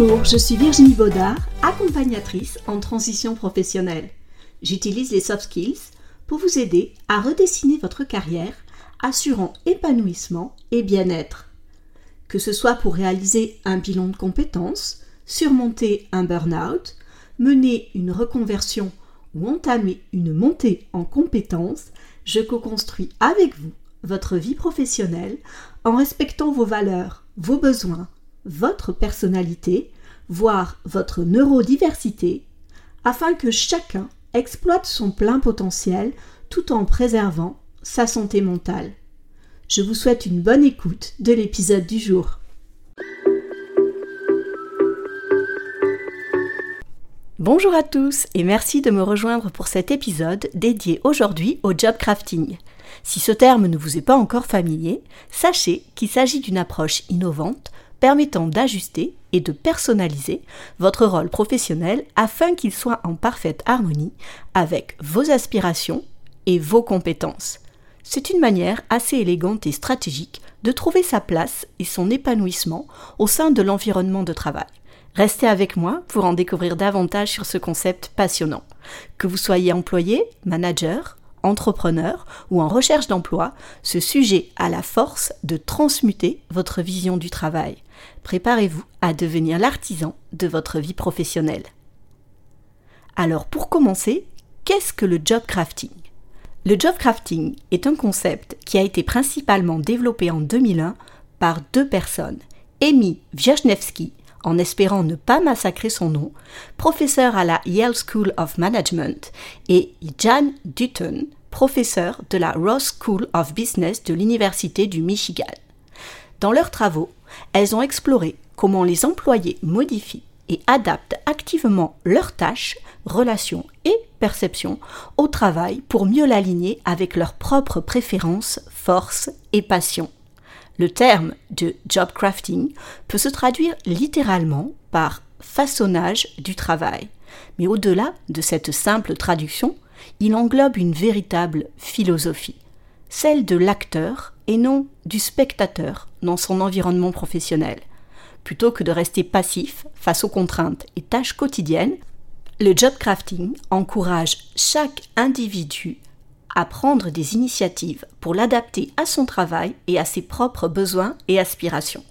Bonjour, je suis Virginie Baudard, accompagnatrice en transition professionnelle. J'utilise les soft skills pour vous aider à redessiner votre carrière, assurant épanouissement et bien-être. Que ce soit pour réaliser un bilan de compétences, surmonter un burn-out, mener une reconversion ou entamer une montée en compétences, je co-construis avec vous votre vie professionnelle en respectant vos valeurs, vos besoins, votre personnalité, voire votre neurodiversité, afin que chacun exploite son plein potentiel tout en préservant sa santé mentale. Je vous souhaite une bonne écoute de l'épisode du jour. Bonjour à tous et merci de me rejoindre pour cet épisode dédié aujourd'hui au job crafting. Si ce terme ne vous est pas encore familier, sachez qu'il s'agit d'une approche innovante permettant d'ajuster et de personnaliser votre rôle professionnel afin qu'il soit en parfaite harmonie avec vos aspirations et vos compétences. C'est une manière assez élégante et stratégique de trouver sa place et son épanouissement au sein de l'environnement de travail. Restez avec moi pour en découvrir davantage sur ce concept passionnant. Que vous soyez employé, manager, entrepreneur ou en recherche d'emploi, ce sujet a la force de transmuter votre vision du travail. Préparez-vous à devenir l'artisan de votre vie professionnelle. Alors pour commencer, qu'est-ce que le job crafting ? Le job crafting est un concept qui a été principalement développé en 2001 par deux personnes, Amy Wierzchniewski, en espérant ne pas massacrer son nom, professeur à la Yale School of Management, et Jan Dutton, professeur de la Ross School of Business de l'Université du Michigan. Dans leurs travaux, elles ont exploré comment les employés modifient et adaptent activement leurs tâches, relations et perceptions au travail pour mieux l'aligner avec leurs propres préférences, forces et passions. Le terme de job crafting peut se traduire littéralement par façonnage du travail. Mais au-delà de cette simple traduction, il englobe une véritable philosophie, celle de l'acteur et non du spectateur dans son environnement professionnel. Plutôt que de rester passif face aux contraintes et tâches quotidiennes, le job crafting encourage chaque individu à prendre des initiatives pour l'adapter à son travail et à ses propres besoins et aspirations.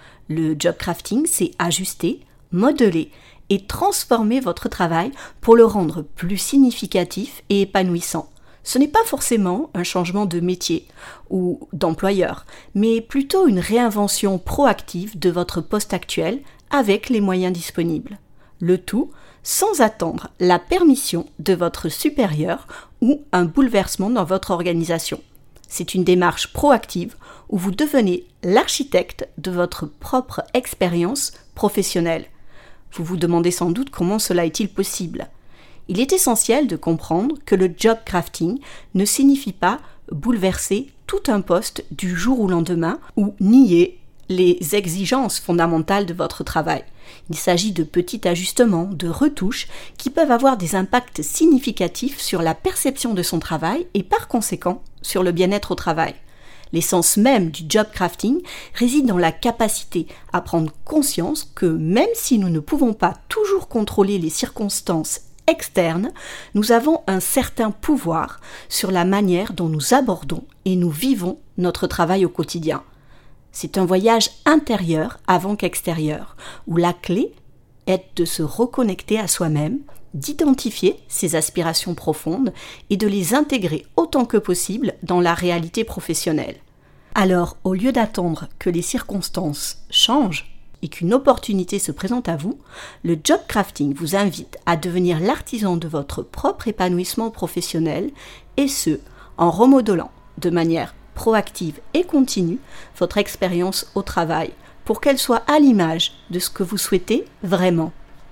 Le job crafting, c'est ajuster, modeler et transformer votre travail pour le rendre plus significatif et épanouissant. Ce n'est pas forcément un changement de métier ou d'employeur, mais plutôt une réinvention proactive de votre poste actuel avec les moyens disponibles. Le tout sans attendre la permission de votre supérieur ou un bouleversement dans votre organisation. C'est une démarche proactive où vous devenez l'architecte de votre propre expérience professionnelle. Vous vous demandez sans doute comment cela est-il possible. Il est essentiel de comprendre que le job crafting ne signifie pas bouleverser tout un poste du jour au lendemain ou nier les exigences fondamentales de votre travail. Il s'agit de petits ajustements, de retouches qui peuvent avoir des impacts significatifs sur la perception de son travail et par conséquent sur le bien-être au travail. L'essence même du job crafting réside dans la capacité à prendre conscience que même si nous ne pouvons pas toujours contrôler les circonstances externes, nous avons un certain pouvoir sur la manière dont nous abordons et nous vivons notre travail au quotidien. C'est un voyage intérieur avant qu'extérieur, où la clé est de se reconnecter à soi-même, d'identifier ses aspirations profondes et de les intégrer autant que possible dans la réalité professionnelle. Alors, au lieu d'attendre que les circonstances changent et qu'une opportunité se présente à vous, le job crafting vous invite à devenir l'artisan de votre propre épanouissement professionnel et ce, en remodelant de manière proactive et continue votre expérience au travail pour qu'elle soit à l'image de ce que vous souhaitez vraiment.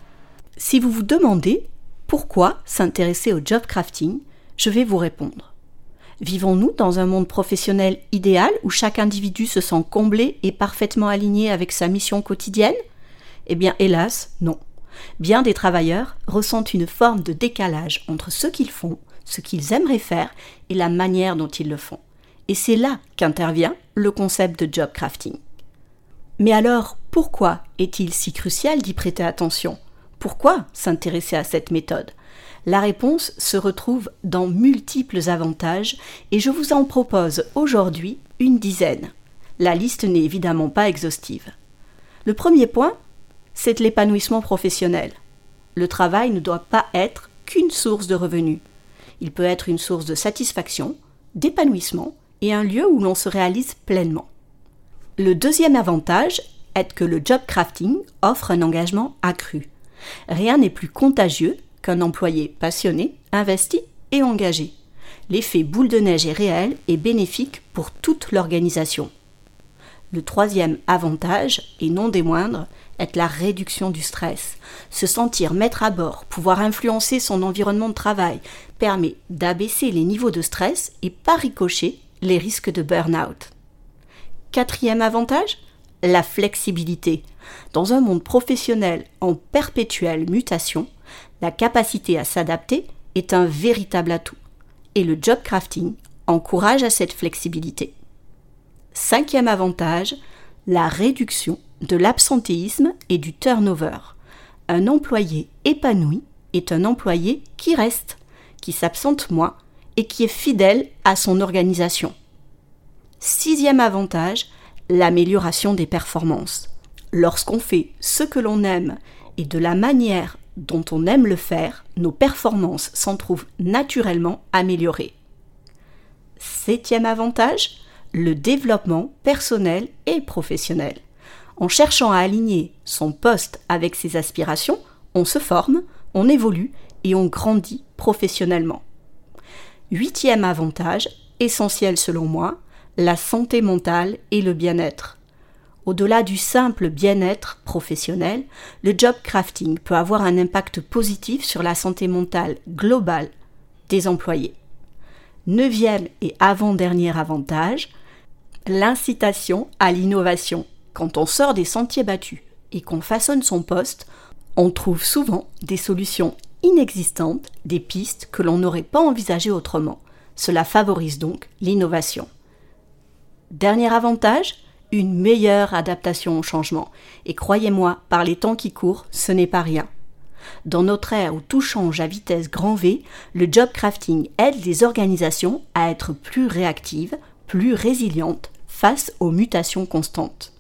Si vous vous demandez pourquoi s'intéresser au job crafting, je vais vous répondre. Vivons-nous dans un monde professionnel idéal où chaque individu se sent comblé et parfaitement aligné avec sa mission quotidienne ? Eh bien, hélas, non. Bien des travailleurs ressentent une forme de décalage entre ce qu'ils font, ce qu'ils aimeraient faire et la manière dont ils le font. Et c'est là qu'intervient le concept de job crafting. Mais alors, pourquoi est-il si crucial d'y prêter attention ? Pourquoi s'intéresser à cette méthode ? La réponse se retrouve dans multiples avantages et je vous en propose aujourd'hui une dizaine. La liste n'est évidemment pas exhaustive. Le premier point, c'est l'épanouissement professionnel. Le travail ne doit pas être qu'une source de revenus. Il peut être une source de satisfaction, d'épanouissement et un lieu où l'on se réalise pleinement. Le deuxième avantage est que le job crafting offre un engagement accru. Rien n'est plus contagieux qu'un employé passionné, investi et engagé. L'effet boule de neige est réel et bénéfique pour toute l'organisation. Le troisième avantage, et non des moindres, est la réduction du stress. Se sentir maître à bord, pouvoir influencer son environnement de travail, permet d'abaisser les niveaux de stress et par ricochet les risques de burn-out. Quatrième avantage, la flexibilité. Dans un monde professionnel en perpétuelle mutation, la capacité à s'adapter est un véritable atout. Et le job crafting encourage à cette flexibilité. Cinquième avantage, la réduction de l'absentéisme et du turnover. Un employé épanoui est un employé qui reste, qui s'absente moins et qui est fidèle à son organisation. Sixième avantage, l'amélioration des performances. Lorsqu'on fait ce que l'on aime et de la manière dont on aime le faire, nos performances s'en trouvent naturellement améliorées. Septième avantage, le développement personnel et professionnel. En cherchant à aligner son poste avec ses aspirations, on se forme, on évolue et on grandit professionnellement. Huitième avantage, essentiel selon moi, la santé mentale et le bien-être. Au-delà du simple bien-être professionnel, le job crafting peut avoir un impact positif sur la santé mentale globale des employés. Neuvième et avant-dernier avantage, l'incitation à l'innovation. Quand on sort des sentiers battus et qu'on façonne son poste, on trouve souvent des solutions inexistantes, des pistes que l'on n'aurait pas envisagées autrement. Cela favorise donc l'innovation. Dernier avantage, une meilleure adaptation au changement. Et croyez-moi, par les temps qui courent, ce n'est pas rien. Dans notre ère où tout change à vitesse grand V, le job crafting aide les organisations à être plus réactives, plus résilientes face aux mutations constantes.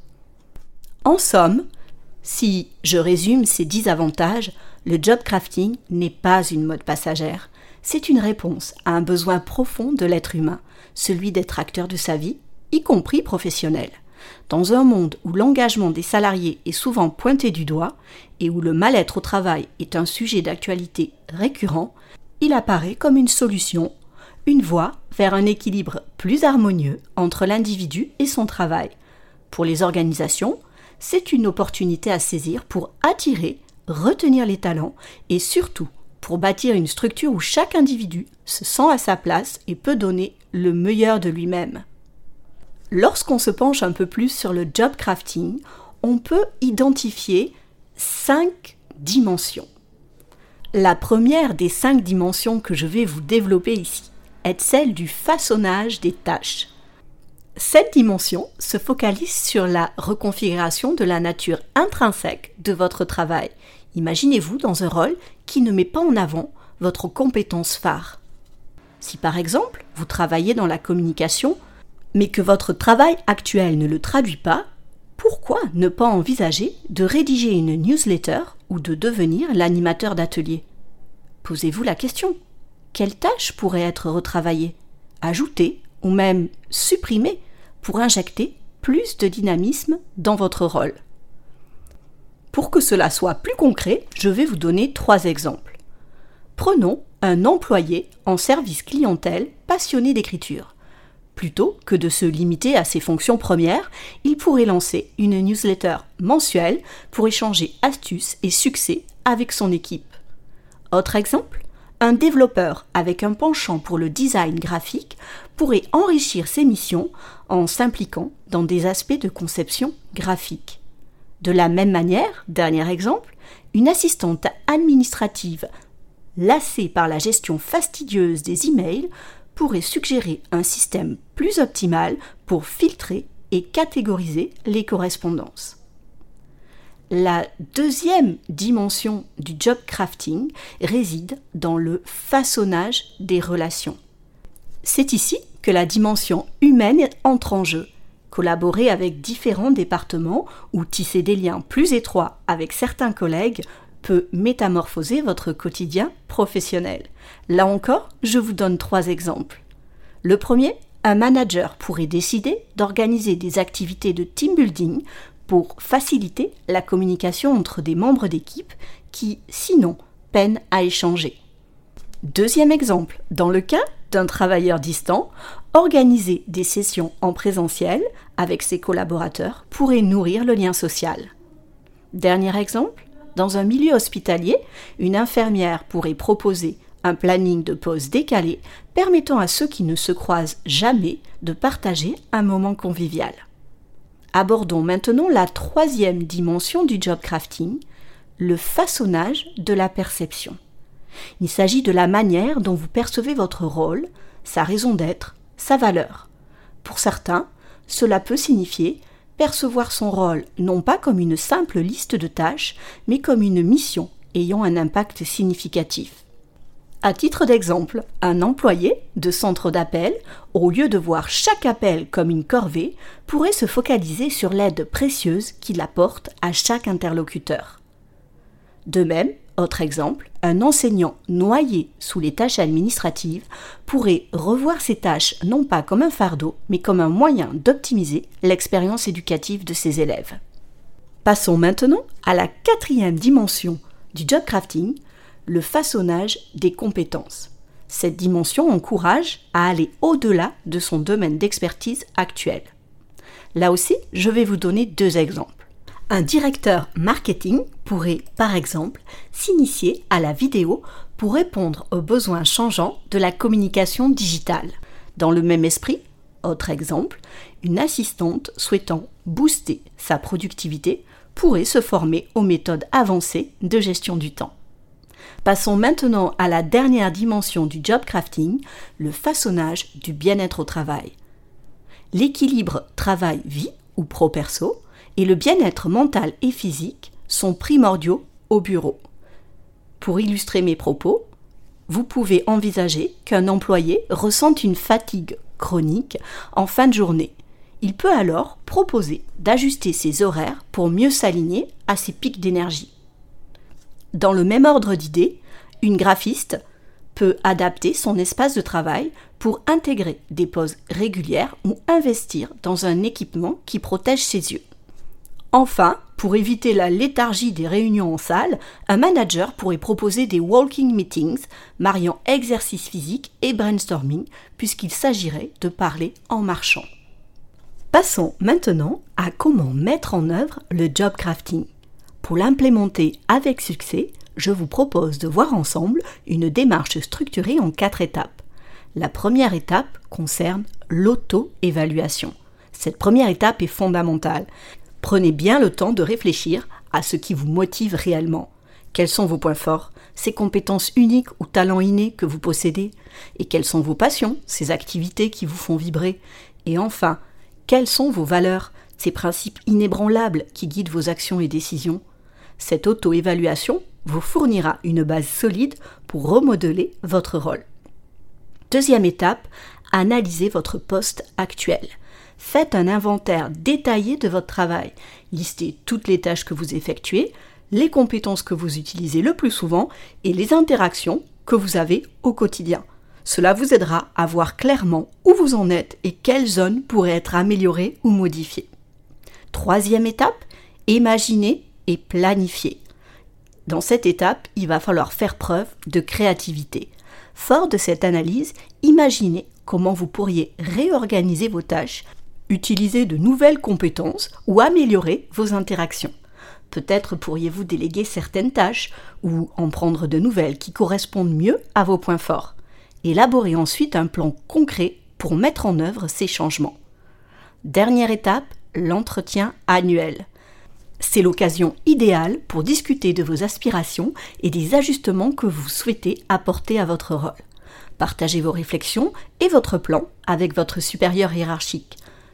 En somme, si je résume ces 10 avantages, le job crafting n'est pas une mode passagère. C'est une réponse à un besoin profond de l'être humain, celui d'être acteur de sa vie, y compris professionnel. Dans un monde où l'engagement des salariés est souvent pointé du doigt et où le mal-être au travail est un sujet d'actualité récurrent, il apparaît comme une solution, une voie vers un équilibre plus harmonieux entre l'individu et son travail. Pour les organisations, c'est une opportunité à saisir pour attirer, retenir les talents et surtout pour bâtir une structure où chaque individu se sent à sa place et peut donner le meilleur de lui-même. Lorsqu'on se penche un peu plus sur le job crafting, on peut identifier 5 dimensions. La première des 5 dimensions que je vais vous développer ici est celle du façonnage des tâches. Cette dimension se focalise sur la reconfiguration de la nature intrinsèque de votre travail. Imaginez-vous dans un rôle qui ne met pas en avant votre compétence phare. Si par exemple, vous travaillez dans la communication, mais que votre travail actuel ne le traduit pas, pourquoi ne pas envisager de rédiger une newsletter ou de devenir l'animateur d'atelier ? Posez-vous la question. Quelles tâches pourraient être retravaillées, ajoutées ou même supprimées pour injecter plus de dynamisme dans votre rôle ? Pour que cela soit plus concret, je vais vous donner 3 exemples. Prenons un employé en service clientèle passionné d'écriture. Plutôt que de se limiter à ses fonctions premières, il pourrait lancer une newsletter mensuelle pour échanger astuces et succès avec son équipe. Autre exemple, un développeur avec un penchant pour le design graphique pourrait enrichir ses missions en s'impliquant dans des aspects de conception graphique. De la même manière, dernier exemple, une assistante administrative lassée par la gestion fastidieuse des emails pourrait suggérer un système plus optimal pour filtrer et catégoriser les correspondances. La deuxième dimension du job crafting réside dans le façonnage des relations. C'est ici que la dimension humaine entre en jeu. Collaborer avec différents départements ou tisser des liens plus étroits avec certains collègues peut métamorphoser votre quotidien professionnel. Là encore, je vous donne 3 exemples. Le premier, un manager pourrait décider d'organiser des activités de team building pour faciliter la communication entre des membres d'équipe qui, sinon, peinent à échanger. Deuxième exemple, dans le cas d'un travailleur distant, organiser des sessions en présentiel avec ses collaborateurs pourrait nourrir le lien social. Dernier exemple, dans un milieu hospitalier, une infirmière pourrait proposer un planning de pause décalé permettant à ceux qui ne se croisent jamais de partager un moment convivial. Abordons maintenant la 3e dimension du job crafting, le façonnage de la perception. Il s'agit de la manière dont vous percevez votre rôle, sa raison d'être, sa valeur. Pour certains, cela peut signifier percevoir son rôle non pas comme une simple liste de tâches, mais comme une mission ayant un impact significatif. À titre d'exemple, un employé de centre d'appel, au lieu de voir chaque appel comme une corvée, pourrait se focaliser sur l'aide précieuse qu'il apporte à chaque interlocuteur. De même, autre exemple, un enseignant noyé sous les tâches administratives pourrait revoir ses tâches non pas comme un fardeau, mais comme un moyen d'optimiser l'expérience éducative de ses élèves. Passons maintenant à la 4e dimension du job crafting, le façonnage des compétences. Cette dimension encourage à aller au-delà de son domaine d'expertise actuel. Là aussi, je vais vous donner 2 exemples. Un directeur marketing pourrait, par exemple, s'initier à la vidéo pour répondre aux besoins changeants de la communication digitale. Dans le même esprit, autre exemple, une assistante souhaitant booster sa productivité pourrait se former aux méthodes avancées de gestion du temps. Passons maintenant à la dernière dimension du job crafting, le façonnage du bien-être au travail. L'équilibre travail-vie ou pro-perso et le bien-être mental et physique sont primordiaux au bureau. Pour illustrer mes propos, vous pouvez envisager qu'un employé ressente une fatigue chronique en fin de journée. Il peut alors proposer d'ajuster ses horaires pour mieux s'aligner à ses pics d'énergie. Dans le même ordre d'idées, une graphiste peut adapter son espace de travail pour intégrer des pauses régulières ou investir dans un équipement qui protège ses yeux. Enfin, pour éviter la léthargie des réunions en salle, un manager pourrait proposer des walking meetings mariant exercice physique et brainstorming puisqu'il s'agirait de parler en marchant. Passons maintenant à comment mettre en œuvre le job crafting. Pour l'implémenter avec succès, je vous propose de voir ensemble une démarche structurée en 4 étapes. La première étape concerne l'auto-évaluation. Cette première étape est fondamentale. Prenez bien le temps de réfléchir à ce qui vous motive réellement. Quels sont vos points forts, ces compétences uniques ou talents innés que vous possédez? Et quelles sont vos passions, ces activités qui vous font vibrer? Et enfin, quelles sont vos valeurs, ces principes inébranlables qui guident vos actions et décisions? Cette auto-évaluation vous fournira une base solide pour remodeler votre rôle. Deuxième étape, analysez votre poste actuel. Faites un inventaire détaillé de votre travail. Listez toutes les tâches que vous effectuez, les compétences que vous utilisez le plus souvent et les interactions que vous avez au quotidien. Cela vous aidera à voir clairement où vous en êtes et quelles zones pourraient être améliorées ou modifiées. Troisième étape, imaginez et planifier. Dans cette étape, il va falloir faire preuve de créativité. Fort de cette analyse, imaginez comment vous pourriez réorganiser vos tâches, utiliser de nouvelles compétences ou améliorer vos interactions. Peut-être pourriez-vous déléguer certaines tâches ou en prendre de nouvelles qui correspondent mieux à vos points forts. Élaborez ensuite un plan concret pour mettre en œuvre ces changements. Dernière étape, l'entretien annuel. C'est l'occasion idéale pour discuter de vos aspirations et des ajustements que vous souhaitez apporter à votre rôle. Partagez vos réflexions et votre plan avec votre supérieur hiérarchique.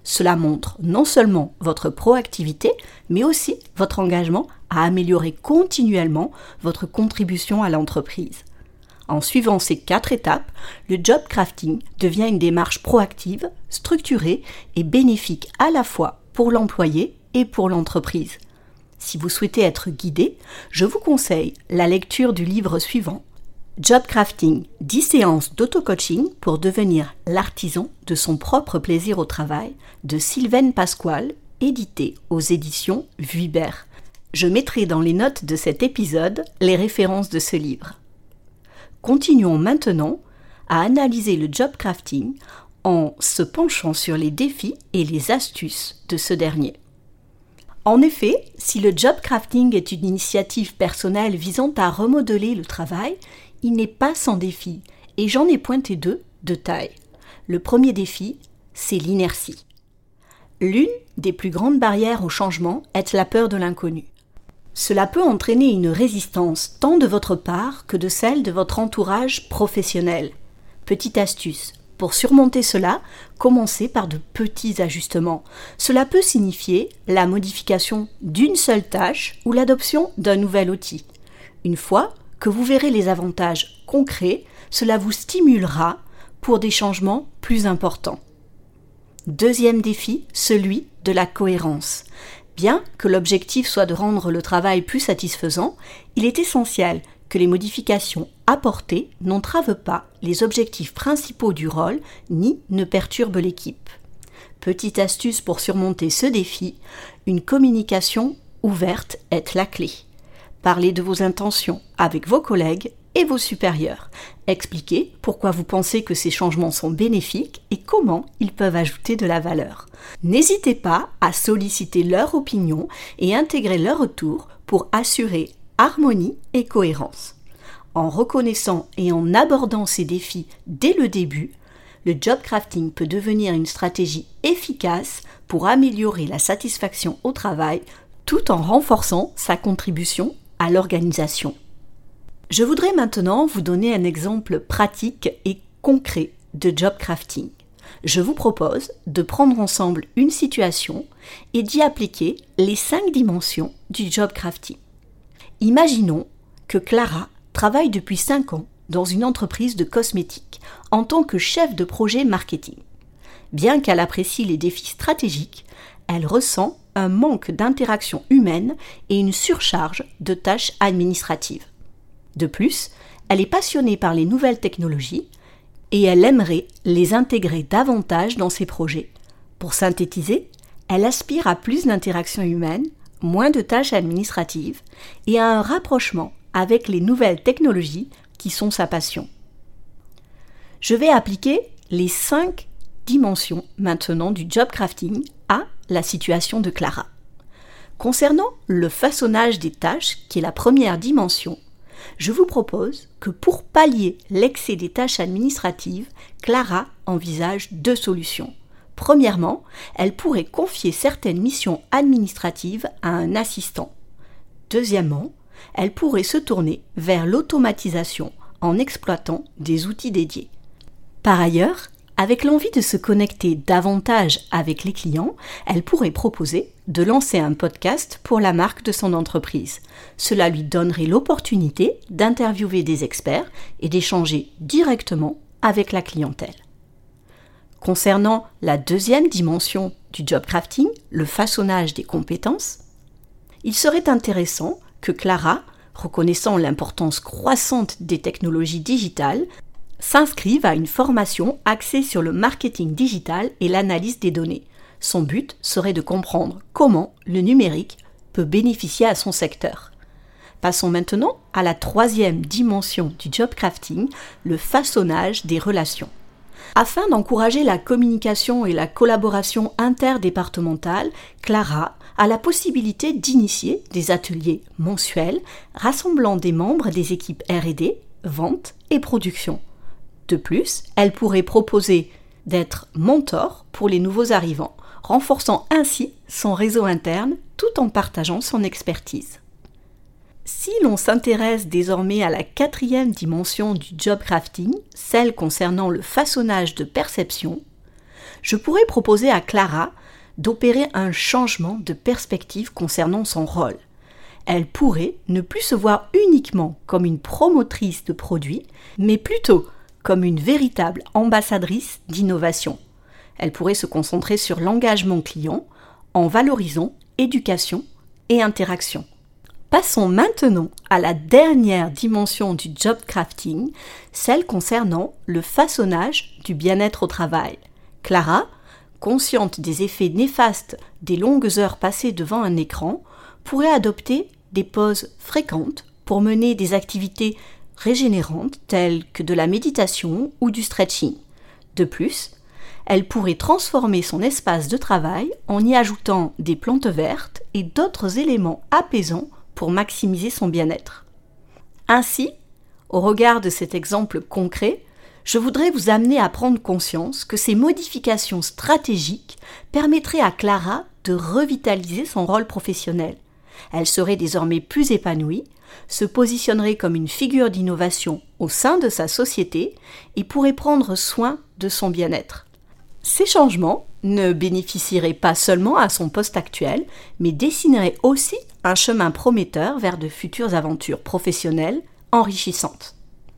Cela montre non seulement votre proactivité, mais aussi votre engagement à améliorer continuellement votre contribution à l'entreprise. En suivant ces 4 étapes, le job crafting devient une démarche proactive, structurée et bénéfique à la fois pour l'employé et pour l'entreprise. Si vous souhaitez être guidé, je vous conseille la lecture du livre suivant, Job Crafting, 10 séances d'auto-coaching pour devenir l'artisan de son propre plaisir au travail, de Sylvaine Pasquale, édité aux éditions Vuibert. Je mettrai dans les notes de cet épisode les références de ce livre. Continuons maintenant à analyser le job crafting en se penchant sur les défis et les astuces de ce dernier. En effet, si le job crafting est une initiative personnelle visant à remodeler le travail, il n'est pas sans défi, et j'en ai pointé 2 de taille. Le premier défi, c'est l'inertie. L'une des plus grandes barrières au changement est la peur de l'inconnu. Cela peut entraîner une résistance tant de votre part que de celle de votre entourage professionnel. Petite astuce, pour surmonter cela, commencez par de petits ajustements. Cela peut signifier la modification d'une seule tâche ou l'adoption d'un nouvel outil. Une fois que vous verrez les avantages concrets, cela vous stimulera pour des changements plus importants. Deuxième défi, celui de la cohérence. Bien que l'objectif soit de rendre le travail plus satisfaisant, il est essentiel que les modifications apportées n'entravent pas les objectifs principaux du rôle ni ne perturbent l'équipe. Petite astuce pour surmonter ce défi, une communication ouverte est la clé. Parlez de vos intentions avec vos collègues et vos supérieurs. Expliquez pourquoi vous pensez que ces changements sont bénéfiques et comment ils peuvent ajouter de la valeur. N'hésitez pas à solliciter leur opinion et intégrer leur retour pour assurer harmonie et cohérence. En reconnaissant et en abordant ces défis dès le début, le job crafting peut devenir une stratégie efficace pour améliorer la satisfaction au travail tout en renforçant sa contribution à l'organisation. Je voudrais maintenant vous donner un exemple pratique et concret de job crafting. Je vous propose de prendre ensemble une situation et d'y appliquer les 5 dimensions du job crafting. Imaginons que Clara travaille depuis 5 ans dans une entreprise de cosmétiques en tant que chef de projet marketing. Bien qu'elle apprécie les défis stratégiques, elle ressent un manque d'interaction humaine et une surcharge de tâches administratives. De plus, elle est passionnée par les nouvelles technologies et elle aimerait les intégrer davantage dans ses projets. Pour synthétiser, elle aspire à plus d'interaction humaine, moins de tâches administratives et à un rapprochement avec les nouvelles technologies qui sont sa passion. Je vais appliquer les 5 dimensions maintenant du job crafting à la situation de Clara. Concernant le façonnage des tâches, qui est la première dimension, je vous propose que pour pallier l'excès des tâches administratives, Clara envisage 2 solutions. Premièrement, elle pourrait confier certaines missions administratives à un assistant. Deuxièmement, elle pourrait se tourner vers l'automatisation en exploitant des outils dédiés. Par ailleurs, avec l'envie de se connecter davantage avec les clients, elle pourrait proposer de lancer un podcast pour la marque de son entreprise. Cela lui donnerait l'opportunité d'interviewer des experts et d'échanger directement avec la clientèle. Concernant la deuxième dimension du job crafting, le façonnage des compétences, il serait intéressant que Clara, reconnaissant l'importance croissante des technologies digitales, s'inscrive à une formation axée sur le marketing digital et l'analyse des données. Son but serait de comprendre comment le numérique peut bénéficier à son secteur. Passons maintenant à la 3e dimension du job crafting, le façonnage des relations. Afin d'encourager la communication et la collaboration interdépartementale, Clara a la possibilité d'initier des ateliers mensuels rassemblant des membres des équipes R&D, vente et production. De plus, elle pourrait proposer d'être mentor pour les nouveaux arrivants, renforçant ainsi son réseau interne tout en partageant son expertise. Si l'on s'intéresse désormais à la 4e dimension du job crafting, celle concernant le façonnage de perception, je pourrais proposer à Clara d'opérer un changement de perspective concernant son rôle. Elle pourrait ne plus se voir uniquement comme une promotrice de produits, mais plutôt comme une véritable ambassadrice d'innovation. Elle pourrait se concentrer sur l'engagement client en valorisant éducation et interaction. Passons maintenant à la dernière dimension du job crafting, celle concernant le façonnage du bien-être au travail. Clara, consciente des effets néfastes des longues heures passées devant un écran, pourrait adopter des pauses fréquentes pour mener des activités régénérantes telles que de la méditation ou du stretching. De plus, elle pourrait transformer son espace de travail en y ajoutant des plantes vertes et d'autres éléments apaisants pour maximiser son bien-être. Ainsi, au regard de cet exemple concret, je voudrais vous amener à prendre conscience que ces modifications stratégiques permettraient à Clara de revitaliser son rôle professionnel. Elle serait désormais plus épanouie, se positionnerait comme une figure d'innovation au sein de sa société et pourrait prendre soin de son bien-être. Ces changements ne bénéficieraient pas seulement à son poste actuel, mais dessineraient aussi un chemin prometteur vers de futures aventures professionnelles enrichissantes.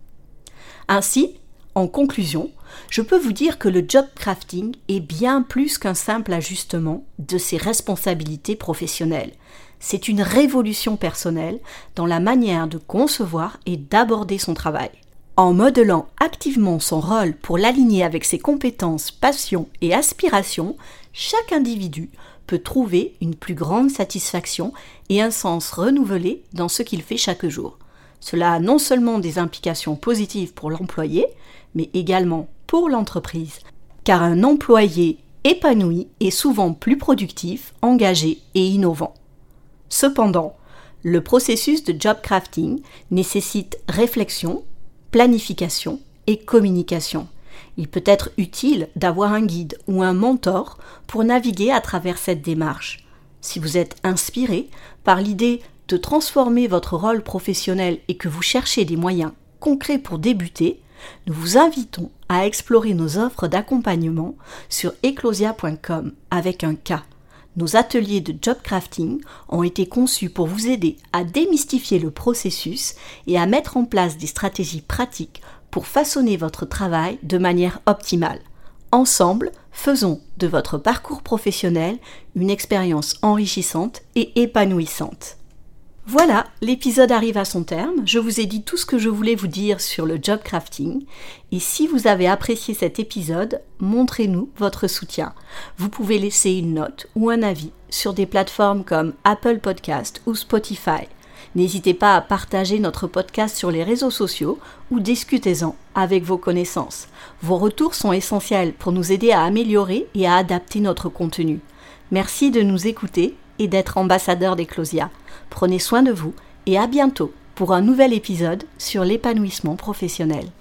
Ainsi, en conclusion, je peux vous dire que le job crafting est bien plus qu'un simple ajustement de ses responsabilités professionnelles. C'est une révolution personnelle dans la manière de concevoir et d'aborder son travail. En modelant activement son rôle pour l'aligner avec ses compétences, passions et aspirations, chaque individu peut trouver une plus grande satisfaction et un sens renouvelé dans ce qu'il fait chaque jour. Cela a non seulement des implications positives pour l'employé, mais également pour l'entreprise, car un employé épanoui est souvent plus productif, engagé et innovant. Cependant, le processus de job crafting nécessite réflexion, planification et communication. Il peut être utile d'avoir un guide ou un mentor pour naviguer à travers cette démarche. Si vous êtes inspiré par l'idée de transformer votre rôle professionnel et que vous cherchez des moyens concrets pour débuter, nous vous invitons à explorer nos offres d'accompagnement sur eclosia.com avec un K. Nos ateliers de job crafting ont été conçus pour vous aider à démystifier le processus et à mettre en place des stratégies pratiques pour façonner votre travail de manière optimale. Ensemble, faisons de votre parcours professionnel une expérience enrichissante et épanouissante. Voilà, l'épisode arrive à son terme. Je vous ai dit tout ce que je voulais vous dire sur le job crafting. Et si vous avez apprécié cet épisode, montrez-nous votre soutien. Vous pouvez laisser une note ou un avis sur des plateformes comme Apple Podcast ou Spotify. N'hésitez pas à partager notre podcast sur les réseaux sociaux ou discutez-en avec vos connaissances. Vos retours sont essentiels pour nous aider à améliorer et à adapter notre contenu. Merci de nous écouter et d'être ambassadeur d'Eclosia. Prenez soin de vous et à bientôt pour un nouvel épisode sur l'épanouissement professionnel.